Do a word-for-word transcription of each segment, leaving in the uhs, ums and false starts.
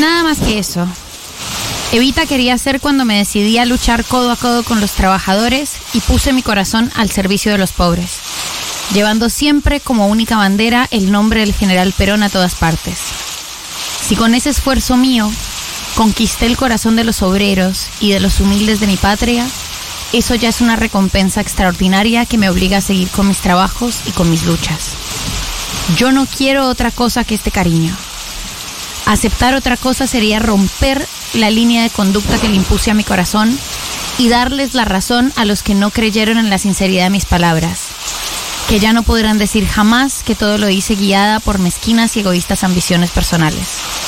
Nada más que eso. Evita quería ser cuando me decidí a luchar codo a codo con los trabajadores y puse mi corazón al servicio de los pobres, llevando siempre como única bandera el nombre del general Perón a todas partes. Si con ese esfuerzo mío conquisté el corazón de los obreros y de los humildes de mi patria, eso ya es una recompensa extraordinaria que me obliga a seguir con mis trabajos y con mis luchas. Yo no quiero otra cosa que este cariño. Aceptar otra cosa sería romper la línea de conducta que le impuse a mi corazón y darles la razón a los que no creyeron en la sinceridad de mis palabras, que ya no podrán decir jamás que todo lo hice guiada por mezquinas y egoístas ambiciones personales.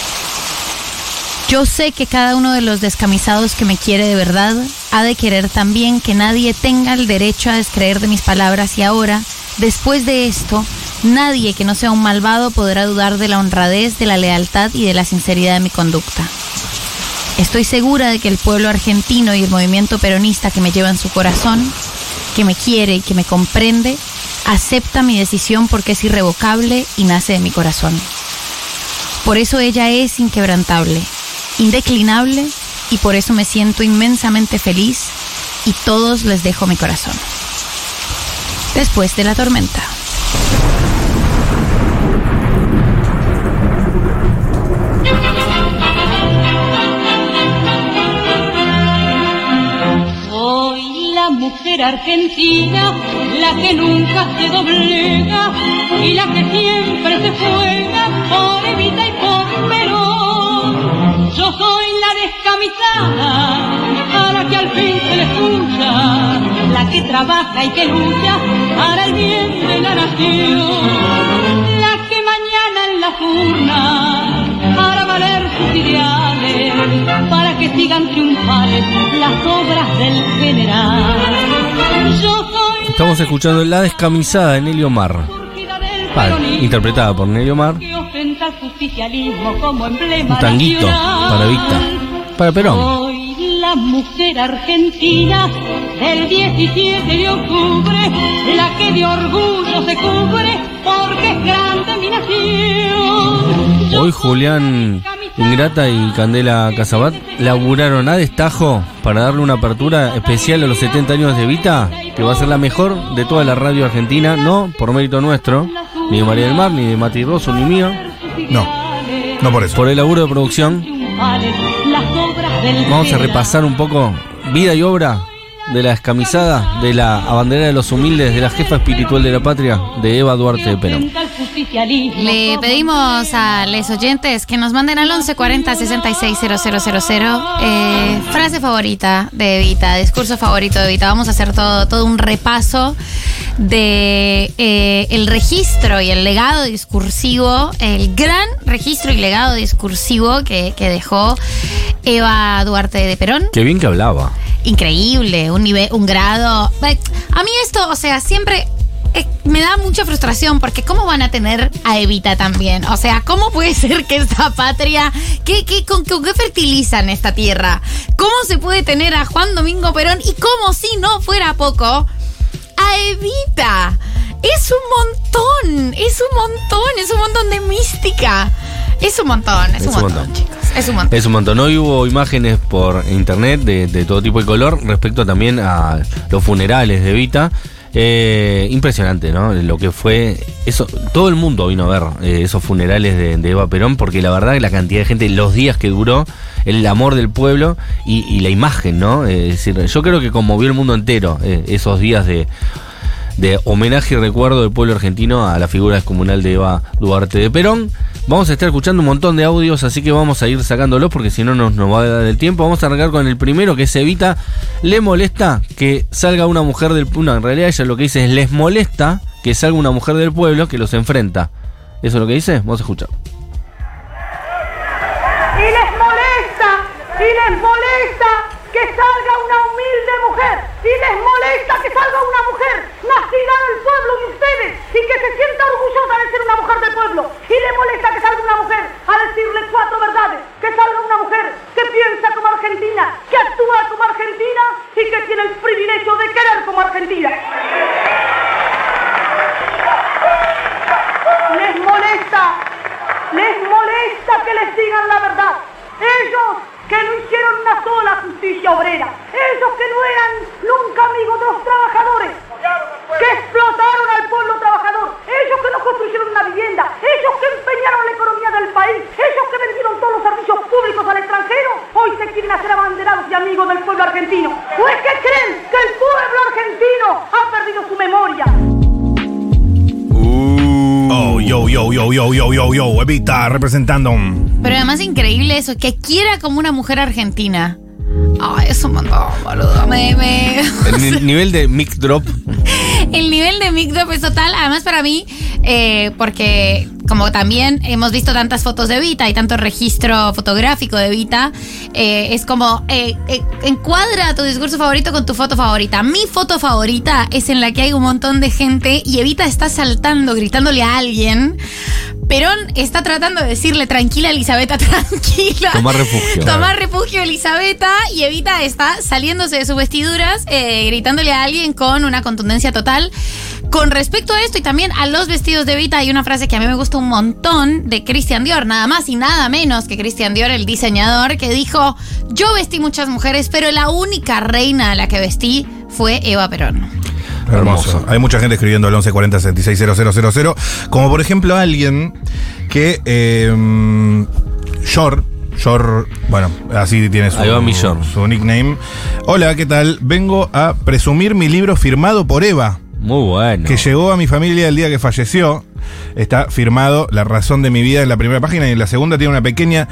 Yo sé que cada uno de los descamisados que me quiere de verdad ha de querer también que nadie tenga el derecho a descreer de mis palabras y ahora, después de esto, nadie que no sea un malvado podrá dudar de la honradez, de la lealtad y de la sinceridad de mi conducta. Estoy segura de que el pueblo argentino y el movimiento peronista que me lleva en su corazón, que me quiere y que me comprende, acepta mi decisión porque es irrevocable y nace de mi corazón. Por eso ella es inquebrantable, indeclinable, y por eso me siento inmensamente feliz y todos les dejo mi corazón. Después de la tormenta. Soy la mujer argentina, la que nunca se doblega y la que siempre se juega por Evita y por Perón. Yo soy la descamisada, a la que al fin se le escucha, la que trabaja y que lucha para el bien de la nación, la que mañana en las urnas hará valer sus ideales para que sigan triunfales las obras del general. Yo soy Estamos escuchando La descamisada de Nelly Omar, Padre, interpretada por Nelly Omar. Un tanguito para Evita, para Perón. Soy la mujer argentina del diecisiete de octubre, la que de orgullo se cubre porque es grande mi nación. Hoy Julián Ingrata y Candela Casabat laburaron a destajo para darle una apertura especial a los setenta años de Evita, que va a ser la mejor de toda la radio argentina, no por mérito nuestro, ni de María del Mar, ni de Mati Rosso, ni mío. No, no por eso. Por el laburo de producción. Vamos a repasar un poco vida y obra de la descamisada, de la abanderada de los humildes, de la jefa espiritual de la patria, de Eva Duarte de Perón. Le pedimos a los oyentes que nos manden al once cuarenta sesenta y seis cero cero cero cero eh, frase favorita de Evita, discurso favorito de Evita. Vamos a hacer todo, todo un repaso de eh, el registro y el legado discursivo, el gran registro y legado discursivo que, que dejó Eva Duarte de Perón. Qué bien que hablaba. Increíble, un nivel, un grado. A mí esto, o sea, siempre eh, me da mucha frustración porque ¿cómo van a tener a Evita también? O sea, ¿cómo puede ser que esta patria, ¿qué, qué, con, con qué fertilizan esta tierra? ¿Cómo se puede tener a Juan Domingo Perón y como si no fuera poco, a Evita? Es un montón, es un montón, es un montón de mística. Es un montón, es, es un montón, montón, chicos. Es un montón. Es un montón. Hoy hubo imágenes por internet de, de todo tipo y color respecto también a los funerales de Evita. Eh, impresionante, ¿no? Lo que fue eso. Todo el mundo vino a ver eh, esos funerales de, de Eva Perón, porque la verdad que la cantidad de gente, los días que duró, el amor del pueblo y, y la imagen, ¿no? Eh, es decir, yo creo que conmovió el mundo entero eh, esos días de de homenaje y recuerdo del pueblo argentino a la figura descomunal de Eva Duarte de Perón. Vamos a estar escuchando un montón de audios, así que vamos a ir sacándolos porque si no nos, nos va a dar el tiempo. Vamos a arrancar con el primero, que es Evita. Le molesta que salga una mujer del pueblo. No, en realidad ella lo que dice es: les molesta que salga una mujer del pueblo que los enfrenta. ¿Eso es lo que dice? Vamos a escuchar. Y les molesta, y les molesta que salga una humilde mujer, y les molesta que salga una mujer nacida del pueblo de ustedes y que se sienta orgullosa de ser una mujer del pueblo, y le molesta que salga una mujer a decirle cuatro verdades, que salga una mujer que piensa como argentina, que actúa como argentina y que tiene el privilegio de querer como argentina. Les molesta, Ellos que no hicieron una sola justicia obrera. Ellos que no eran nunca amigos de los trabajadores. Que explotaron al pueblo trabajador. Ellos que no construyeron una vivienda. Ellos que empeñaron la economía del país. Ellos que vendieron todos los servicios públicos al extranjero. Hoy se quieren hacer abanderados y amigos del pueblo argentino. ¿O es que creen que el pueblo argentino ha perdido su memoria? Oh, yo, yo, yo, yo, yo, yo, yo, Evita representando. Pero además increíble eso, que quiera como una mujer argentina. Ay, es un montón, boludo. Me, me... El ni- nivel de mic drop. El nivel de mic drop es total. Además, para mí, eh, porque como también hemos visto tantas fotos de Evita y tanto registro fotográfico de Evita, eh, es como eh, eh, encuadra tu discurso favorito con tu foto favorita. Mi foto favorita es en la que hay un montón de gente y Evita está saltando, gritándole a alguien. Perón está tratando de decirle tranquila, Elisabetta, tranquila. Tomar refugio. Tomar refugio, Elisabetta. Y Evita está saliéndose de sus vestiduras, eh, gritándole a alguien con una contundencia total. Con respecto a esto y también a los vestidos de Evita, hay una frase que a mí me gusta un montón de Christian Dior, nada más y nada menos que Christian Dior, el diseñador, que dijo: yo vestí muchas mujeres, pero la única reina a la que vestí fue Eva Perón. Hermoso. Hermoso. Hay mucha gente escribiendo al once cuarenta sesenta y seis cero cero cero cero, como por ejemplo alguien que eh, Yor, Yor, bueno, así tiene su, Ahí va mi Yor. su nickname. Hola, ¿qué tal? Vengo a presumir mi libro firmado por Eva, Muy bueno. que llegó a mi familia el día que falleció. Está firmado La razón de mi vida en la primera página, y en la segunda tiene una pequeña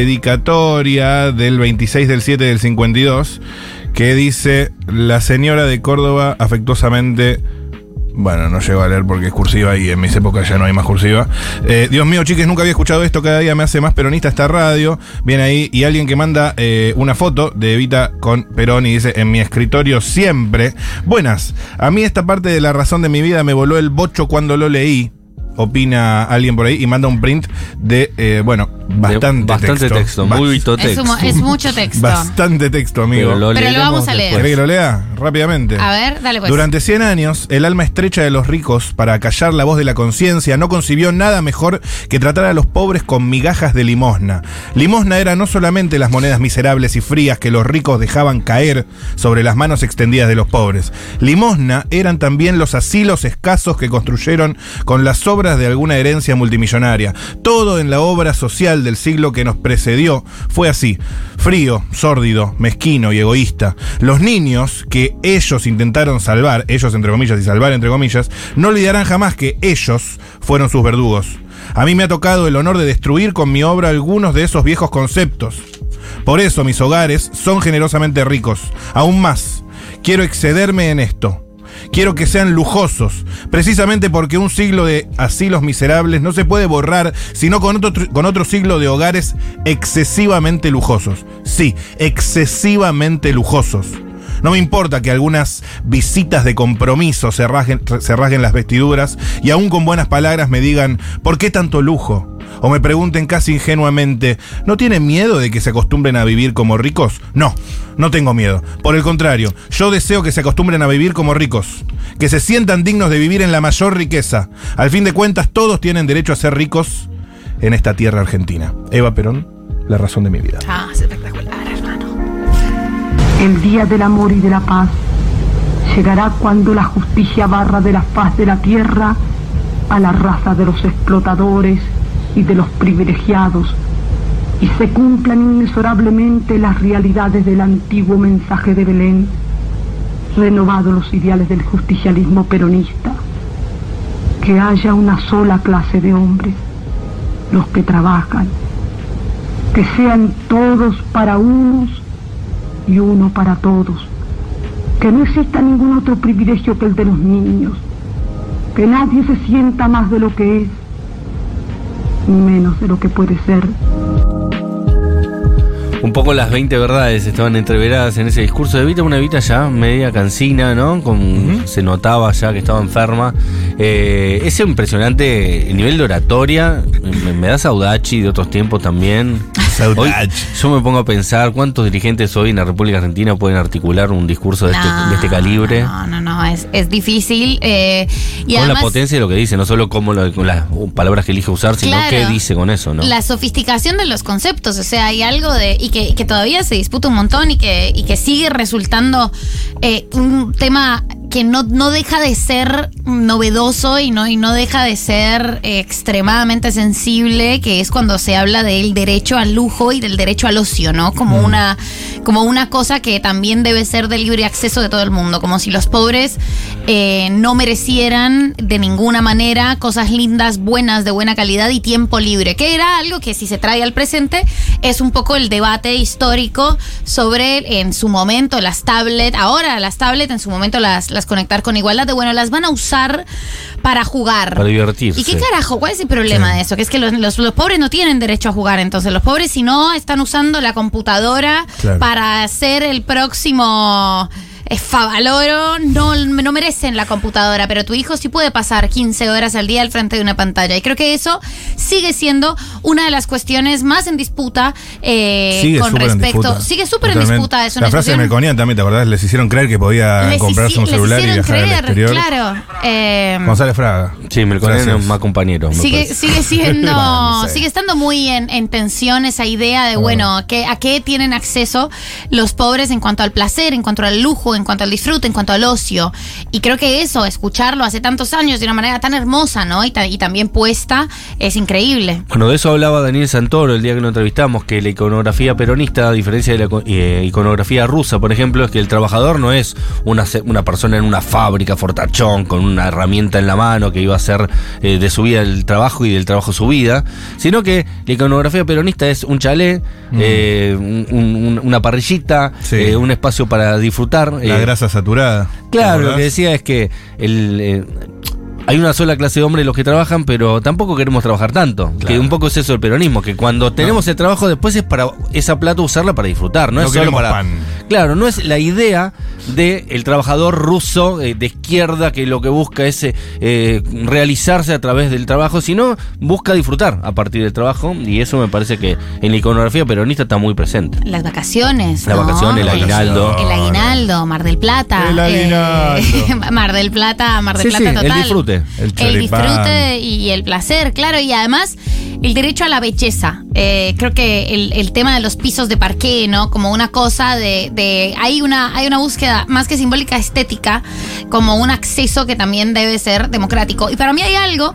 dedicatoria del veintiséis del siete del cincuenta y dos que dice: la señora de Córdoba afectuosamente... Bueno, no llego a leer porque es cursiva y en mis épocas ya no hay más cursiva. Eh, Dios mío, chiques, nunca había escuchado esto. Cada día me hace más peronista esta radio. Viene ahí y alguien que manda eh, una foto de Evita con Perón y dice: en mi escritorio siempre. Buenas, a mí esta parte de La razón de mi vida me voló el bocho cuando lo leí. Opina alguien por ahí y manda un print de, eh, bueno, bastante, De- bastante texto. texto. Muy Bas- vito Es, texto. un- es mucho texto. Bastante texto, amigo. Pero lo, Pero lo leeremos vamos a leer. después. ¿Querés que lo lea? Rápidamente. A ver, dale pues. Durante cien años, el alma estrecha de los ricos, para acallar la voz de la conciencia, no concibió nada mejor que tratar a los pobres con migajas de limosna. Limosna era no solamente las monedas miserables y frías que los ricos dejaban caer sobre las manos extendidas de los pobres. Limosna eran también los asilos escasos que construyeron con las obras de alguna herencia multimillonaria. Todo en la obra social del siglo que nos precedió fue así: frío, sórdido, mezquino y egoísta. Los niños que ellos intentaron salvar, ellos entre comillas y salvar entre comillas, no olvidarán jamás que ellos fueron sus verdugos. A mí me ha tocado el honor de destruir con mi obra algunos de esos viejos conceptos. Por eso mis hogares son generosamente ricos. Aún más, quiero excederme en esto. Quiero que sean lujosos, precisamente porque un siglo de asilos miserables no se puede borrar, sino con otro, con otro siglo de hogares excesivamente lujosos. Sí, excesivamente lujosos. No me importa que algunas visitas de compromiso se rasguen, se rasguen las vestiduras y aún con buenas palabras me digan: ¿por qué tanto lujo? O me pregunten casi ingenuamente: ¿no tienen miedo de que se acostumbren a vivir como ricos? No, no tengo miedo. Por el contrario, yo deseo que se acostumbren a vivir como ricos, que se sientan dignos de vivir en la mayor riqueza. Al fin de cuentas, todos tienen derecho a ser ricos en esta tierra argentina. Eva Perón, La razón de mi vida. Ah, es espectacular, hermano. El día del amor y de la paz llegará cuando la justicia barra de la faz de la tierra a la raza de los explotadores y de los privilegiados, y se cumplan inexorablemente las realidades del antiguo mensaje de Belén, renovados los ideales del justicialismo peronista. Que haya una sola clase de hombres, los que trabajan, que sean todos para unos y uno para todos, que no exista ningún otro privilegio que el de los niños, que nadie se sienta más de lo que es, menos de lo que puede ser. Un poco las veinte verdades estaban entreveradas en ese discurso de Evita, una Evita ya media cansina, ¿no? Con, uh-huh. Se notaba ya que estaba enferma. Eh, ese impresionante nivel de oratoria, me, me da Saudachi de otros tiempos también. Hoy, Saudade. yo me pongo a pensar cuántos dirigentes hoy en la República Argentina pueden articular un discurso de, No, este, de este calibre. No, no, no, es, es difícil. Eh, y Con además, la potencia de lo que dice, no solo cómo lo- con las palabras que elige usar, sino Claro. qué dice con eso, ¿no? la sofisticación de los conceptos, o sea, hay algo de. Y que, que todavía se disputa un montón y que, y que sigue resultando eh, un tema que no, no deja de ser novedoso y no, y no deja de ser eh, extremadamente sensible, que es cuando se habla del derecho al lujo y del derecho al ocio, ¿no? Como una, como una cosa que también debe ser de libre acceso de todo el mundo, como si los pobres eh, no merecieran de ninguna manera cosas lindas, buenas, de buena calidad y tiempo libre, que era algo que si se trae al presente es un poco el debate histórico sobre en su momento las tablets, ahora las tablets en su momento las, las conectar con igualdad, de bueno, las van a usar para jugar. Para divertirse. ¿Y qué carajo? ¿Cuál es el problema Sí. de eso? Que es que los, los, los pobres no tienen derecho a jugar, entonces los pobres si no están usando la computadora Claro. para hacer el próximo eh, Favaloro, no, no merecen la computadora, pero tu hijo sí puede pasar quince horas al día al frente de una pantalla. Y creo que eso sigue siendo una de las cuestiones más en disputa eh, Sigue con súper en respecto. disputa. Sigue súper en Totalmente. disputa. Es una La frase de discusión- Melconian también, ¿te acordás? Les hicieron creer que podía les comprarse hici- un celular les y hicieron viajar al creer, exterior. claro. eh, González Fraga. Sí, Melconian Gracias. es más compañero. me Sigue, parece. sigue siendo, Bueno, no sé. sigue estando muy en, en tensión esa idea de, bueno, que, a qué tienen acceso los pobres en cuanto al placer, en cuanto al lujo, en cuanto al disfrute, en cuanto al ocio. Y creo que eso, escucharlo hace tantos años de una manera tan hermosa, ¿no? Y, ta- y también puesta, es increíble. Bueno, de eso hablaba Daniel Santoro el día que lo entrevistamos, que la iconografía peronista, a diferencia de la ico- eh, iconografía rusa, por ejemplo, es que el trabajador no es una, se- una persona en una fábrica fortachón con una herramienta en la mano que iba a hacer eh, de su vida el trabajo y del trabajo su vida, sino que la iconografía peronista es un chalet, eh, un- un- una parrillita, Sí. eh, un espacio para disfrutar. La eh, grasa saturada. Claro, ¿te lo que acordás? decía es que el, eh, hay una sola clase de hombres los que trabajan, pero tampoco queremos trabajar tanto. Claro. Que un poco es eso el peronismo, que cuando tenemos el trabajo después es para esa plata usarla para disfrutar, no, No es solo queremos para. pan. Claro, no es la idea del trabajador ruso eh, de izquierda que lo que busca es eh, eh, realizarse a través del trabajo, sino busca disfrutar a partir del trabajo, y eso me parece que en la iconografía peronista está muy presente. Las vacaciones. La ¿no? vacación, el aguinaldo. El aguinaldo, Mar del Plata. El aguinaldo. eh, Mar del Plata, Mar del Sí, Plata sí, el total. disfrute. El El choripán. disfrute y el placer, claro, y además el derecho a la belleza. Eh, creo que el, el tema de los pisos de parqué, ¿no? Como una cosa de, de hay una hay una búsqueda más que simbólica, estética, como un acceso que también debe ser democrático. Y para mí hay algo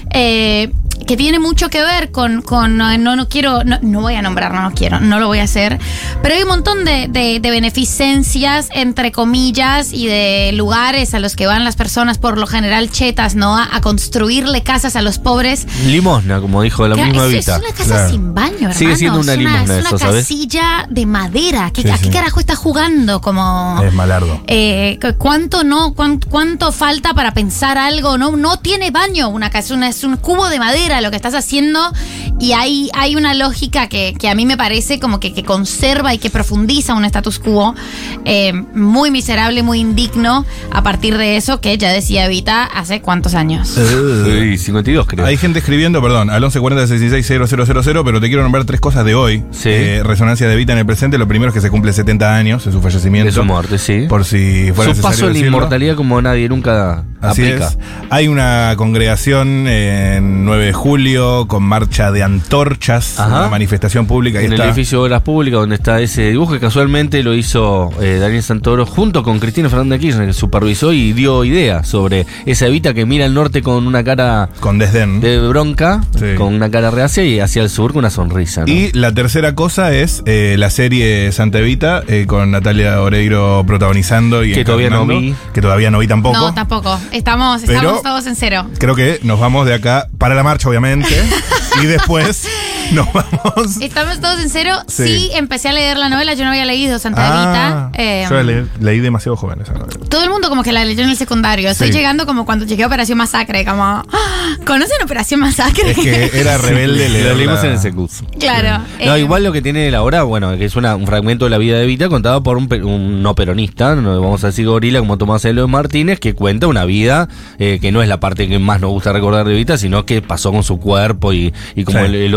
eh, que tiene mucho que ver con, con no, no, no quiero, no, no voy a nombrar, no, no quiero, no lo voy a hacer, pero hay un montón de, de, de beneficencias, entre comillas, y de lugares a los que van las personas, por lo general chetas, ¿no? A, a construirle casas a los pobres. Limosna, como dijo la Claro, misma es, Evita. es una casa Claro. sin baño, hermano. Sigue siendo una es una, limosna es una eso, ¿sabes? casilla de madera. ¿Qué, Sí, ¿A qué sí. carajo está jugando? Como... Es malardo. Eh, cu- ¿Cuánto no cuán- cuánto falta para pensar algo? No, no tiene baño una casa, una- es un cubo de madera lo que estás haciendo, y hay, hay una lógica que, que a mí me parece como que, que conserva y que profundiza un status quo eh, muy miserable, muy indigno a partir de eso que ya decía Evita hace cuántos años. Sí, cincuenta y dos creo. Hay gente escribiendo, perdón, al once cuarenta sesenta y seis cero cero cero cero, pero te quiero nombrar tres cosas de hoy. Sí. Eh, resonancia de Evita en el presente. Lo primero es que se cumple setenta años de su fallecimiento. De su muerte, sí. Por si fuera Su necesario paso en la decirlo. inmortalidad como nadie nunca Así aplica. es. Hay una congregación en nueve de julio con marcha de antorchas, Ajá. una manifestación pública. Ahí En el está. edificio de Obras Públicas, donde está ese dibujo, que casualmente lo hizo eh, Daniel Santoro junto con Cristina Fernández de Kirchner, que supervisó y dio idea sobre esa Evita que mira al norte con una cara Con desdén. de bronca, Sí. con una cara reacia, y hacia el sur con una sonrisa, ¿no? Y la tercera cosa es eh, la serie Santa Evita eh, con Natalia Oreiro protagonizando y Que todavía no encarnando, vi. que todavía no vi tampoco. No, tampoco. Estamos, Pero- estamos todos en cero. Creo que nos vamos de acá para la marcha, obviamente, y después nos vamos. Estamos todos en cero. Sí. Sí, empecé a leer la novela. Yo no había leído Santa Ah, Evita. Eh, yo la leí, leí demasiado joven esa novela. todo el mundo como que la leyó en el secundario. Estoy Sí. llegando como cuando llegué a Operación Masacre. Como, ¡ah! ¿Conocen Operación Masacre? Es que era rebelde leerla. Lo leímos en ese curso. Claro. No, eh, igual lo que tiene la obra, bueno, que es una- un fragmento de la vida de Evita contado por un, pe- un no peronista, no vamos a decir gorila como Tomás Eloy Martínez, que cuenta una vida eh, que no es la parte que más nos gusta recordar de Evita, sino que pasó con su cuerpo y, y como Sí. el, el odio gorila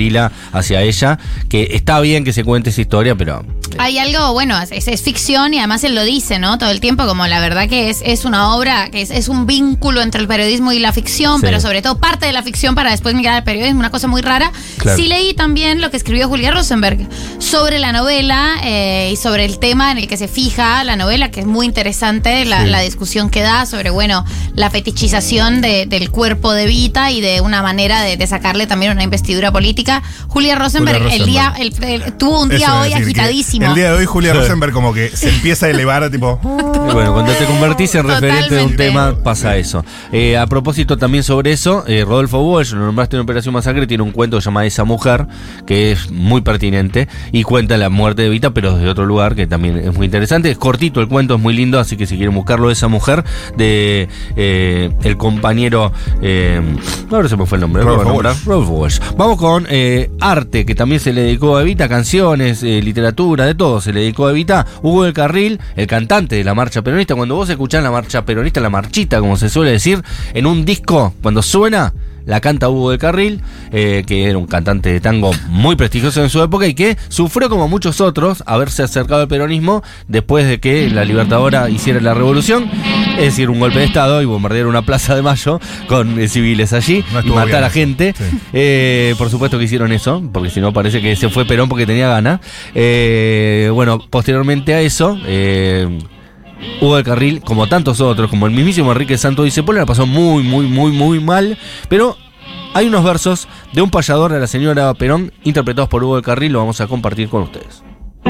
perfila hacia ella, que está bien que se cuente esa historia, pero... Hay algo, bueno, es, es ficción y además él lo dice, ¿no? Todo el tiempo, como la verdad que es, es una obra, que es, es un vínculo entre el periodismo y la ficción, sí. Pero sobre todo parte de la ficción para después migrar al periodismo, una cosa muy rara. Claro. Sí leí también lo que escribió Julia Rosenberg sobre la novela eh, y sobre el tema en el que se fija la novela, que es muy interesante, la, sí. la discusión que da sobre, bueno, la fetichización de, del cuerpo de Evita y de una manera de, de sacarle también una investidura política. Julia Rosenberg, Julia Rosenberg. el día el, el, tuvo un día Eso hoy agitadísimo. El día de hoy Julia Rosenberg como que se empieza a elevar, tipo... Y bueno, cuando te convertís en Totalmente. referente de un tema, pasa eso. Eh, a propósito también sobre eso, eh, Rodolfo Walsh, lo nombraste en Operación Masacre, tiene un cuento que se llama Esa Mujer, que es muy pertinente, y cuenta la muerte de Evita, pero desde otro lugar, que también es muy interesante. Es cortito el cuento, es muy lindo, así que si quieren buscarlo, Esa Mujer, de eh, el compañero... Eh, ahora se me fue el nombre. Rodolfo Walsh. Rodolfo Walsh. Vamos con eh, arte, que también se le dedicó a Evita, canciones, eh, literatura, de todo se le dedicó a Evita. Hugo del Carril, el cantante de la marcha peronista. Cuando vos escuchás la marcha peronista, la marchita, como se suele decir, en un disco, cuando suena, la canta Hugo del Carril, eh, que era un cantante de tango muy prestigioso en su época y que sufrió, como muchos otros, haberse acercado al peronismo después de que la Libertadora hiciera la revolución, es decir, un golpe de Estado y bombardear una plaza de Mayo con eh, civiles allí no y matar bien. a gente. Sí. Eh, por supuesto que hicieron eso, porque si no parece que se fue Perón porque tenía ganas. Eh, bueno, posteriormente a eso... Eh, Hugo del Carril, como tantos otros, como el mismísimo Enrique Santos Discépolo, la pasó muy, muy, muy, muy mal. Pero hay unos versos de un payador a la señora Perón, interpretados por Hugo del Carril, lo vamos a compartir con ustedes.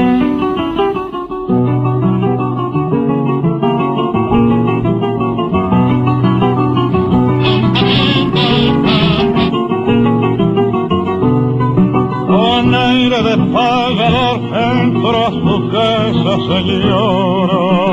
Con aire de pagador entró a su casa, señora.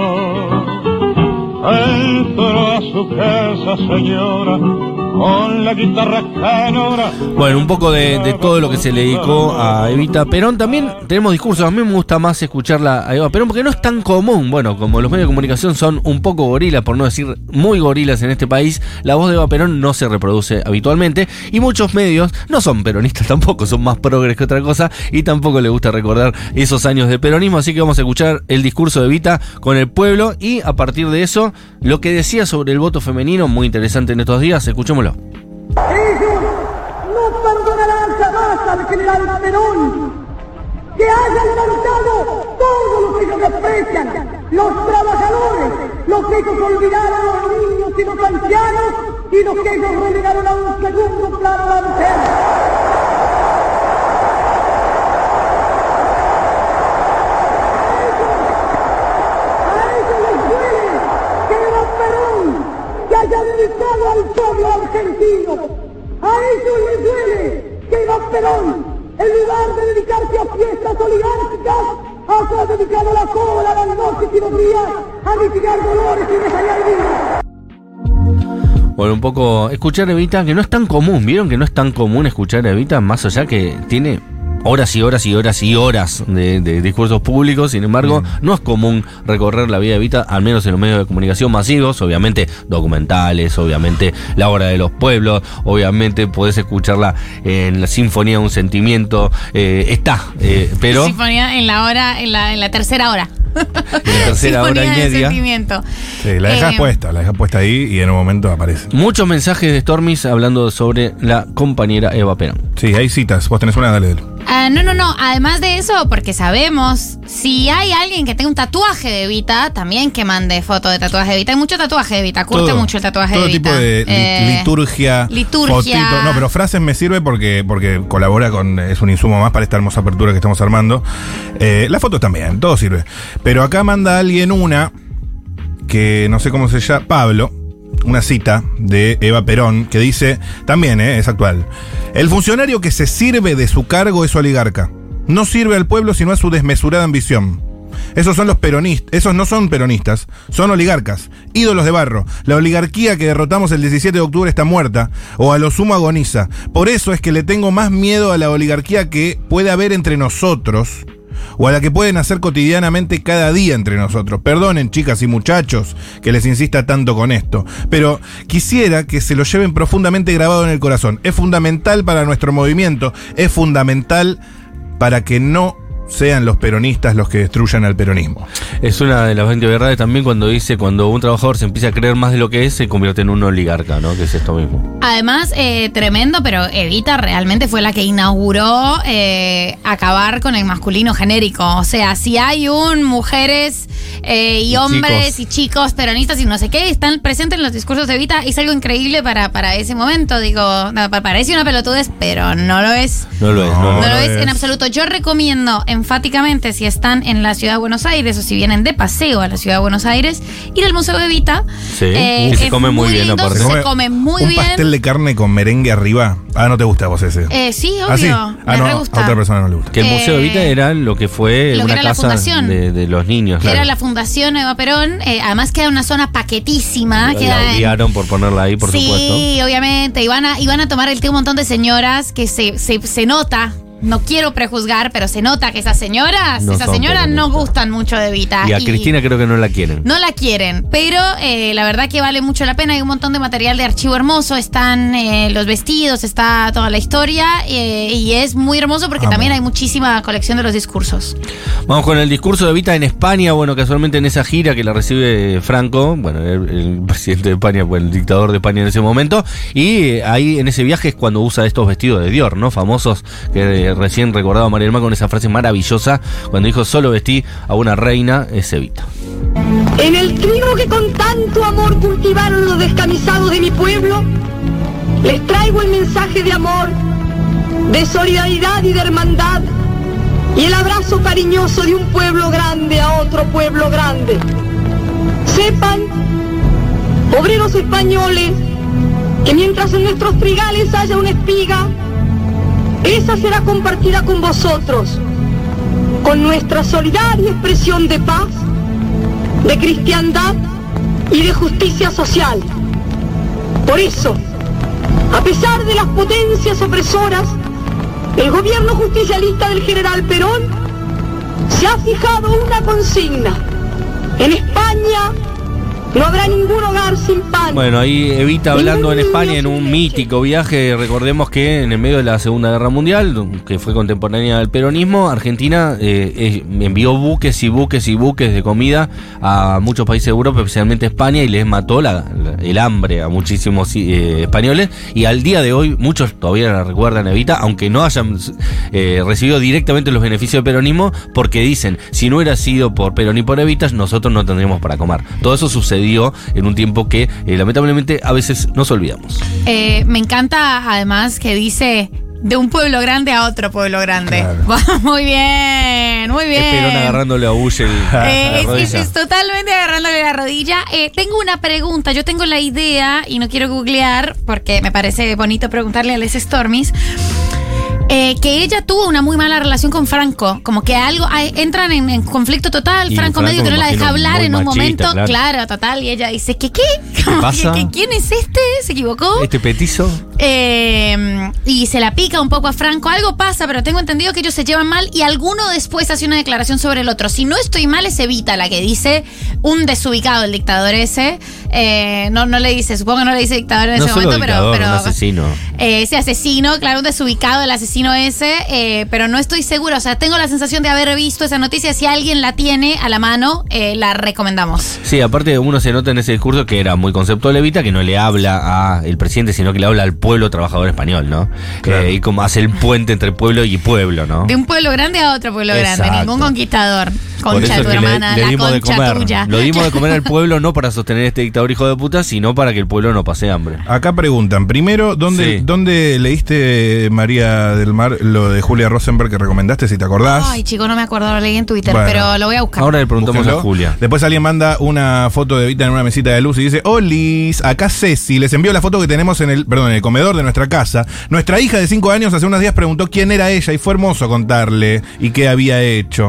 Entró a su casa, señora, con la guitarra canora. Bueno, un poco de, de todo lo que se le dedicó a Evita Perón. También tenemos discursos. A mí me gusta más escucharla a Eva Perón porque no es tan común. Bueno, como los medios de comunicación son un poco gorilas, por no decir muy gorilas en este país, la voz de Eva Perón no se reproduce habitualmente. Y muchos medios no son peronistas tampoco, son más progres que otra cosa. Y tampoco les gusta recordar esos años de peronismo. Así que vamos a escuchar el discurso de Evita con el pueblo. Y a partir de eso, lo que decía sobre el voto femenino, muy interesante en estos días. Escuchémoslo. Ellos no perdonarán jamás al general Perón, que haya levantado todo lo que ellos desprecian, los trabajadores, los que ellos olvidaron, los niños y los ancianos, y los que ellos relegaron a un segundo plano a la mujer. Haya dedicado al pueblo argentino. A ellos les duele que Iván Perón, en lugar de dedicarse a fiestas oligárquicas, haya dedicado la cola, las noches y los días a mitigar dolores y desayar vidas. Bueno, un poco escuchar a Evita, que no es tan común. ¿Vieron que no es tan común escuchar a Evita? Más allá que tiene horas y horas y horas y horas de, de discursos públicos. Sin embargo, mm. no es común recorrer la vida de Evita, al menos en los medios de comunicación masivos, obviamente documentales, obviamente La Hora de los Pueblos, obviamente podés escucharla en la Sinfonía de un Sentimiento, eh, está, eh, pero... Sinfonía en la hora, en la, en la tercera hora. En la tercera Sinfonía hora y media. Sentimiento. Sí, la dejas eh, puesta, la dejas puesta ahí y en un momento aparece. Muchos mensajes de Stormis hablando sobre la compañera Eva Perón. Sí, hay citas. Vos tenés una, dale, dale. Uh, no, no, no. Además de eso, porque sabemos, si hay alguien que tenga un tatuaje de Evita, también que mande foto de tatuaje de Evita. Hay mucho tatuaje de Evita, curte todo, mucho el tatuaje todo de Evita. Todo tipo de eh, liturgia, liturgia. Fotito. No, pero frases me sirve porque, porque colabora con, es un insumo más para esta hermosa apertura que estamos armando. Eh, las fotos también, todo sirve. Pero acá manda alguien una, que no sé cómo se llama, Pablo, una cita de Eva Perón que dice, también eh, es actual: el funcionario que se sirve de su cargo es oligarca. No sirve al pueblo sino a su desmesurada ambición. Esos son los peronistas, esos no son peronistas, son oligarcas, ídolos de barro. La oligarquía que derrotamos el diecisiete de octubre está muerta, o a lo sumo agoniza. Por eso es que le tengo más miedo a la oligarquía que puede haber entre nosotros, o a la que pueden hacer cotidianamente cada día entre nosotros. Perdonen, chicas y muchachos, que les insista tanto con esto, pero quisiera que se lo lleven profundamente grabado en el corazón. Es fundamental para nuestro movimiento, es fundamental para que no sean los peronistas los que destruyan al peronismo. Es una de las veinte verdades también cuando dice, cuando un trabajador se empieza a creer más de lo que es, se convierte en un oligarca, ¿no? Que es esto mismo. Además, eh, tremendo, pero Evita realmente fue la que inauguró eh, acabar con el masculino genérico. O sea, si hay un mujeres eh, y, y hombres chicos. y chicos peronistas y no sé qué, están presentes en los discursos de Evita, es algo increíble para, para ese momento. Digo, no, parece una pelotudez, pero no lo es. No lo es, no, no, no lo, lo es, es en absoluto. Yo recomiendo enfáticamente, si están en la ciudad de Buenos Aires o si vienen de paseo a la ciudad de Buenos Aires, ir al Museo de Evita. Sí, eh, y se come muy bien, lindo, aparte. Se come, se come muy un bien. Un pastel de carne con merengue arriba. Ah, ¿no te gusta a vos ese? Eh, sí, obvio. ¿Ah, sí? ah, me no, re gusta. A otra persona no le gusta. Que el Museo de Evita era lo que fue Lo que una era la casa fundación. de, de los niños. Que claro. era la Fundación Eva Perón. Eh, además queda una zona paquetísima. La, queda la odiaron por ponerla ahí, por sí, supuesto. Sí, obviamente. Iban a, iban a tomar el té un montón de señoras que se, se, se nota. No quiero prejuzgar, pero se nota que esas señoras, No esas son señoras no peronistas. gustan mucho de Evita. Y a Cristina creo que no la quieren. No la quieren, pero eh, la verdad que vale mucho la pena. Hay un montón de material de archivo hermoso. Están eh, los vestidos, está toda la historia eh, y es muy hermoso porque Amo. también hay muchísima colección de los discursos. Vamos con el discurso de Evita en España. Bueno, casualmente en esa gira que la recibe Franco, bueno, el, el presidente de España, bueno, el dictador de España en ese momento. Y eh, ahí en ese viaje es cuando usa estos vestidos de Dior, ¿no? Famosos, que eh, recién recordaba María del Mar con esa frase maravillosa cuando dijo: solo vestí a una reina, es Evita. En el trigo que con tanto amor cultivaron los descamisados de mi pueblo, les traigo el mensaje de amor, de solidaridad y de hermandad, y el abrazo cariñoso de un pueblo grande a otro pueblo grande. Sepan, obreros españoles, que mientras en nuestros trigales haya una espiga, esa será compartida con vosotros, con nuestra solidaria expresión de paz, de cristiandad y de justicia social. Por eso, a pesar de las potencias opresoras, el gobierno justicialista del general Perón se ha fijado una consigna: en España no habrá ningún hogar sin pan. Bueno, ahí Evita hablando en España en un mítico viaje. Recordemos que en el medio de la Segunda Guerra Mundial, que fue contemporánea del peronismo, Argentina eh, envió buques y buques y buques de comida a muchos países de Europa, especialmente España, y les mató la, la, el hambre a muchísimos eh, españoles. Y al día de hoy muchos todavía la recuerdan a Evita, aunque no hayan eh, recibido directamente los beneficios del peronismo, porque dicen: si no hubiera sido por Perón y por Evita, nosotros no tendríamos para comer. Todo eso sucedió en un tiempo que eh, lamentablemente a veces nos olvidamos. Eh, me encanta además que dice: de un pueblo grande a otro pueblo grande. Claro. Muy bien, muy bien. Es Perón agarrándole a Bush el, Eh, la es, rodilla. es- es totalmente agarrándole la rodilla. Eh, tengo una pregunta. Yo tengo la idea y no quiero googlear porque me parece bonito preguntarle a Les Stormis. Eh, que ella tuvo una muy mala relación con Franco, como que algo hay- entran en, en conflicto total. Y Franco Franco medio que no me la deja imagino hablar muy en un machista, momento, claro. claro. total. Y ella dice: ¿qué qué? Como pasa? que- que ¿quién es este? ¿Se equivocó? Este petizo. Eh, y se la pica un poco a Franco. Algo pasa, pero tengo entendido que ellos se llevan mal y alguno después hace una declaración sobre el otro. Si no estoy mal, es Evita la que dice: un desubicado el dictador ese. Eh, no, no le dice, supongo que no le dice dictador en No ese solo momento, dictador, pero, pero un asesino. eh, ese asesino, claro, un desubicado, el asesino ese, eh, pero no estoy segura. O sea, tengo la sensación de haber visto esa noticia. Si alguien la tiene a la mano, eh, la recomendamos. Sí, aparte uno se nota en ese discurso que era muy conceptual Evita, que no le habla al presidente, sino que le habla al pueblo trabajador español, ¿no? Claro. Eh, y como hace el puente entre pueblo y pueblo, ¿no? De un pueblo grande a otro pueblo grande. Exacto. Ningún conquistador. Por Concha eso de es tu que le- hermana, le, la dimos de concha comer. tuya. Lo dimos de comer al pueblo no para sostener este dictador hijo de puta, sino para que el pueblo no pase hambre. Acá preguntan, primero, ¿dónde, Sí. ¿dónde leíste, María del Mar, lo de Julia Rosenberg que recomendaste, si te acordás? Ay, chico, no me acuerdo, lo leí en Twitter, Bueno. pero lo voy a buscar. Ahora le preguntamos Búsquenlo. a Julia. Después alguien manda una foto de Evita en una mesita de luz y dice: Olis, acá Ceci, les envío la foto que tenemos en el, perdón, en el comedor de nuestra casa. Nuestra hija de cinco años hace unos días preguntó quién era ella y fue hermoso contarle y qué había hecho.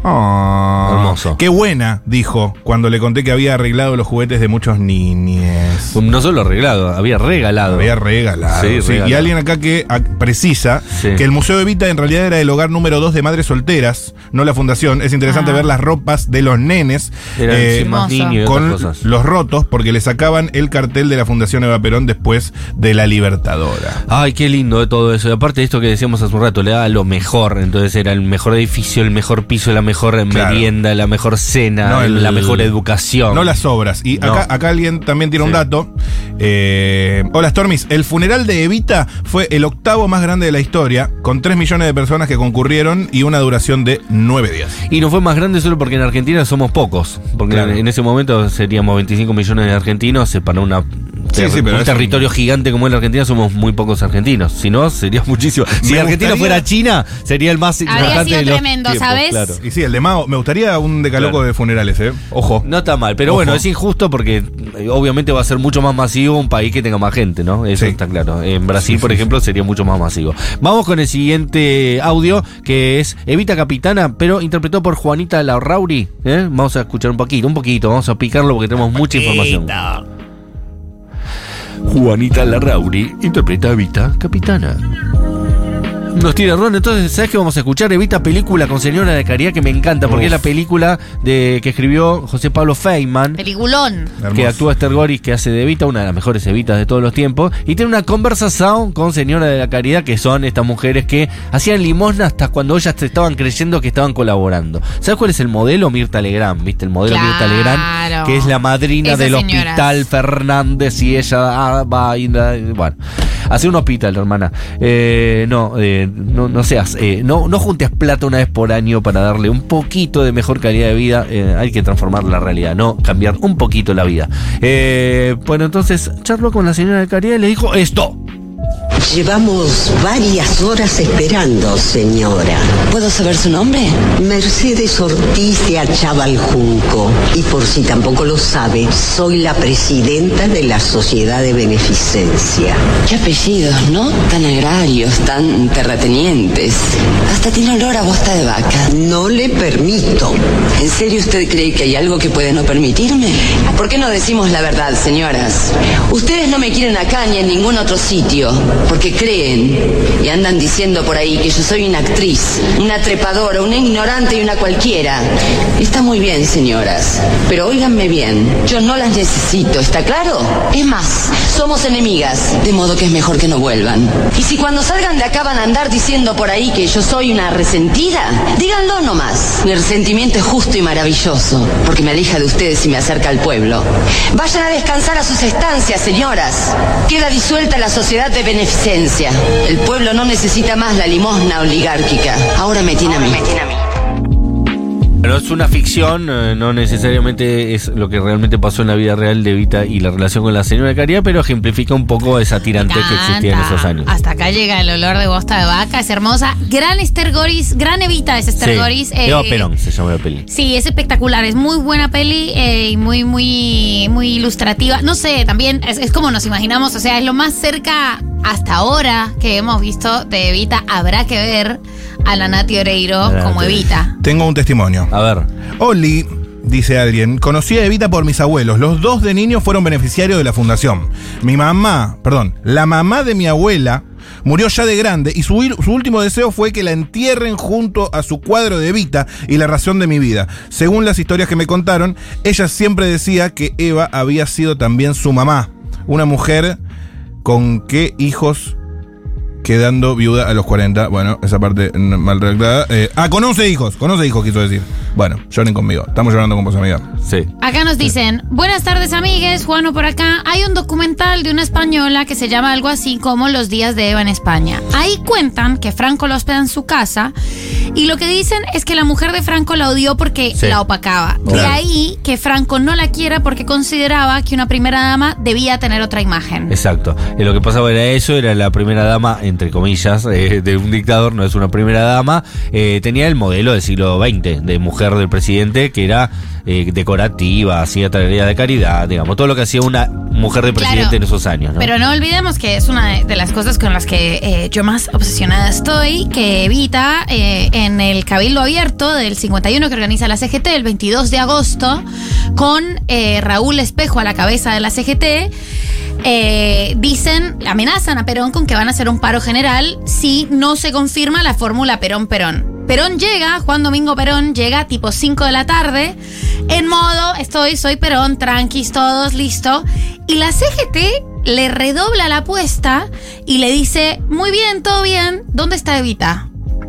Oh, Hermoso. Qué buena, dijo, cuando le conté que había arreglado los juguetes de muchos niñes. No solo arreglado, había regalado. Había regalado. Sí, sí. regalado. Y alguien acá que a, precisa Sí. que el Museo Evita en realidad era el hogar número dos de madres solteras, no la fundación. Es interesante Ah. ver las ropas de los nenes Eran eh, sin más hermoso. niños y con otras cosas. los rotos porque le sacaban el cartel de la Fundación Eva Perón después de la Libertadora. Ay, qué lindo de todo eso. Y aparte de esto que decíamos hace un rato, le daba lo mejor. Entonces era el mejor edificio, el mejor piso, la mejor Claro. merienda, la mejor cena, No, el- la mejor educación. No las obras. Y No. acá, acá alguien también tiene un Sí. dato. Eh, hola, Stormis. El funeral de Evita fue el octavo más grande de la historia, con tres millones de personas que concurrieron y una duración de nueve días. Y no fue más grande solo porque en Argentina somos pocos. Porque Claro. en ese momento seríamos veinticinco millones de argentinos, eh, para una, Sí, sí, pero un es territorio un- gigante como es la Argentina somos muy pocos argentinos. Si no, sería muchísimo. Si Me Argentina gustaría- fuera China, sería el más Habría importante sido de los tremendo, tiempos, ¿sabes? claro. Y sí, el de Mao. Me gustaría un decaloco Claro. de funerales, ¿eh? Ojo. No está mal, pero Ojo. bueno, es injusto porque eh, obviamente va a ser mucho más masivo un país que tenga más gente, ¿no? Eso Sí. está claro. En Brasil, Sí, por sí, ejemplo, sería mucho más masivo. Vamos con el siguiente audio, que es Evita Capitana, pero interpretado por Juanita Larrauri. ¿eh? Vamos a escuchar un poquito, un poquito, vamos a picarlo porque tenemos mucha información. Juanita Larrauri interpreta a Evita Capitana. Nos tira Ron, entonces, ¿sabes qué vamos a escuchar? Evita, película con Señora de Caridad, que me encanta, porque Uf. es la película de que escribió José Pablo Feynman, Peliculón. Hermoso. que actúa Esther Goris, que hace de Evita, una de las mejores Evitas de todos los tiempos, y tiene una conversación con Señora de la Caridad, que son estas mujeres que hacían limosna hasta cuando ellas te estaban creyendo que estaban colaborando. ¿Sabes cuál es el modelo? Mirta Legrand, ¿viste? El modelo Claro. Mirta Legrand, que es la madrina Esas del señoras. hospital Fernández, y ella ah, va y da- bueno, hace un hospital, hermana. Eh, no, eh, no, no seas, eh, no, no juntes plata una vez por año para darle un poquito de mejor calidad de vida. Eh, hay que transformar la realidad, no cambiar un poquito la vida. Eh, bueno, entonces charló con la señora de Caridad y le dijo esto. Llevamos varias horas esperando, señora. ¿Puedo saber su nombre? Mercedes Ortiz de Achával Junco. Y por si tampoco lo sabe, soy la presidenta de la Sociedad de Beneficencia. Qué apellidos, ¿no? Tan agrarios, tan terratenientes. Hasta tiene olor a bosta de vaca. No le permito. ¿En serio usted cree que hay algo que puede no permitirme? ¿Por qué no decimos la verdad, señoras? Ustedes no me quieren acá ni en ningún otro sitio, porque creen y andan diciendo por ahí que yo soy una actriz, una trepadora, una ignorante y una cualquiera. Está muy bien, señoras, pero óiganme bien, yo no las necesito, ¿está claro? Es más, somos enemigas, de modo que es mejor que no vuelvan. Y si cuando salgan de acá van a andar diciendo por ahí que yo soy una resentida, díganlo nomás. Mi resentimiento es justo y maravilloso, porque me aleja de ustedes y me acerca al pueblo. Vayan a descansar a sus estancias, señoras. Queda disuelta la sociedad de beneficencia. El pueblo no necesita más la limosna oligárquica. Ahora me tiene a mí. Pero es una ficción, eh, no necesariamente es lo que realmente pasó en la vida real de Evita y la relación con la señora de Caridad, pero ejemplifica un poco esa tirantez que existía en esos años. Hasta acá llega el olor de bosta de vaca, es hermosa. Gran Esther Goris, gran Evita es Esther Sí, Goris. Eva Perón se llama la peli. Sí, es espectacular, es muy buena peli eh, y muy, muy, muy ilustrativa. No sé, también es, es como nos imaginamos, o sea, es lo más cerca hasta ahora que hemos visto de Evita. Habrá que ver a la Nati Oreiro A la como Nati. Evita. Tengo un testimonio. A ver. Oli, dice alguien, conocí a Evita por mis abuelos. Los dos de niños fueron beneficiarios de la fundación. Mi mamá, perdón, la mamá de mi abuela murió ya de grande y su, su último deseo fue que la entierren junto a su cuadro de Evita y la razón de mi vida. Según las historias que me contaron, ella siempre decía que Eva había sido también su mamá. Una mujer con qué hijos quedando viuda a los cuarenta. Bueno, esa parte mm, mal redactada. Eh, ah, con once hijos. Con once hijos quiso decir. Bueno, lloren conmigo. Estamos llorando con vos, amiga. Sí. Acá nos dicen, buenas tardes amigues, Juano por acá. Hay un documental de una española que se llama algo así como Los días de Eva en España. Ahí cuentan que Franco la hospeda en su casa y lo que dicen es que la mujer de Franco la odió porque Sí. la opacaba. De Claro. ahí que Franco no la quiera porque consideraba que una primera dama debía tener otra imagen. Exacto. Eh, lo que pasaba era eso, era la primera dama, entre comillas, eh, de un dictador, no es una primera dama. Eh, tenía el modelo del siglo veinte, de mujer del presidente, que era eh, decorativa, hacía tareas de caridad, digamos, todo lo que hacía una mujer de presidente claro, en esos años, ¿no? Pero no olvidemos que es una de las cosas con las que eh, yo más obsesionada estoy, que Evita eh, en el Cabildo Abierto del cincuenta y uno que organiza la C G T el veintidós de agosto, con eh, Raúl Espejo a la cabeza de la C G T, eh, dicen, amenazan a Perón con que van a hacer un paro general si no se confirma la fórmula Perón-Perón. Perón llega, Juan Domingo Perón llega tipo cinco de la tarde, en modo, estoy, soy Perón, tranquis todos, listo. Y la C G T le redobla la apuesta y le dice, muy bien, todo bien, ¿dónde está Evita?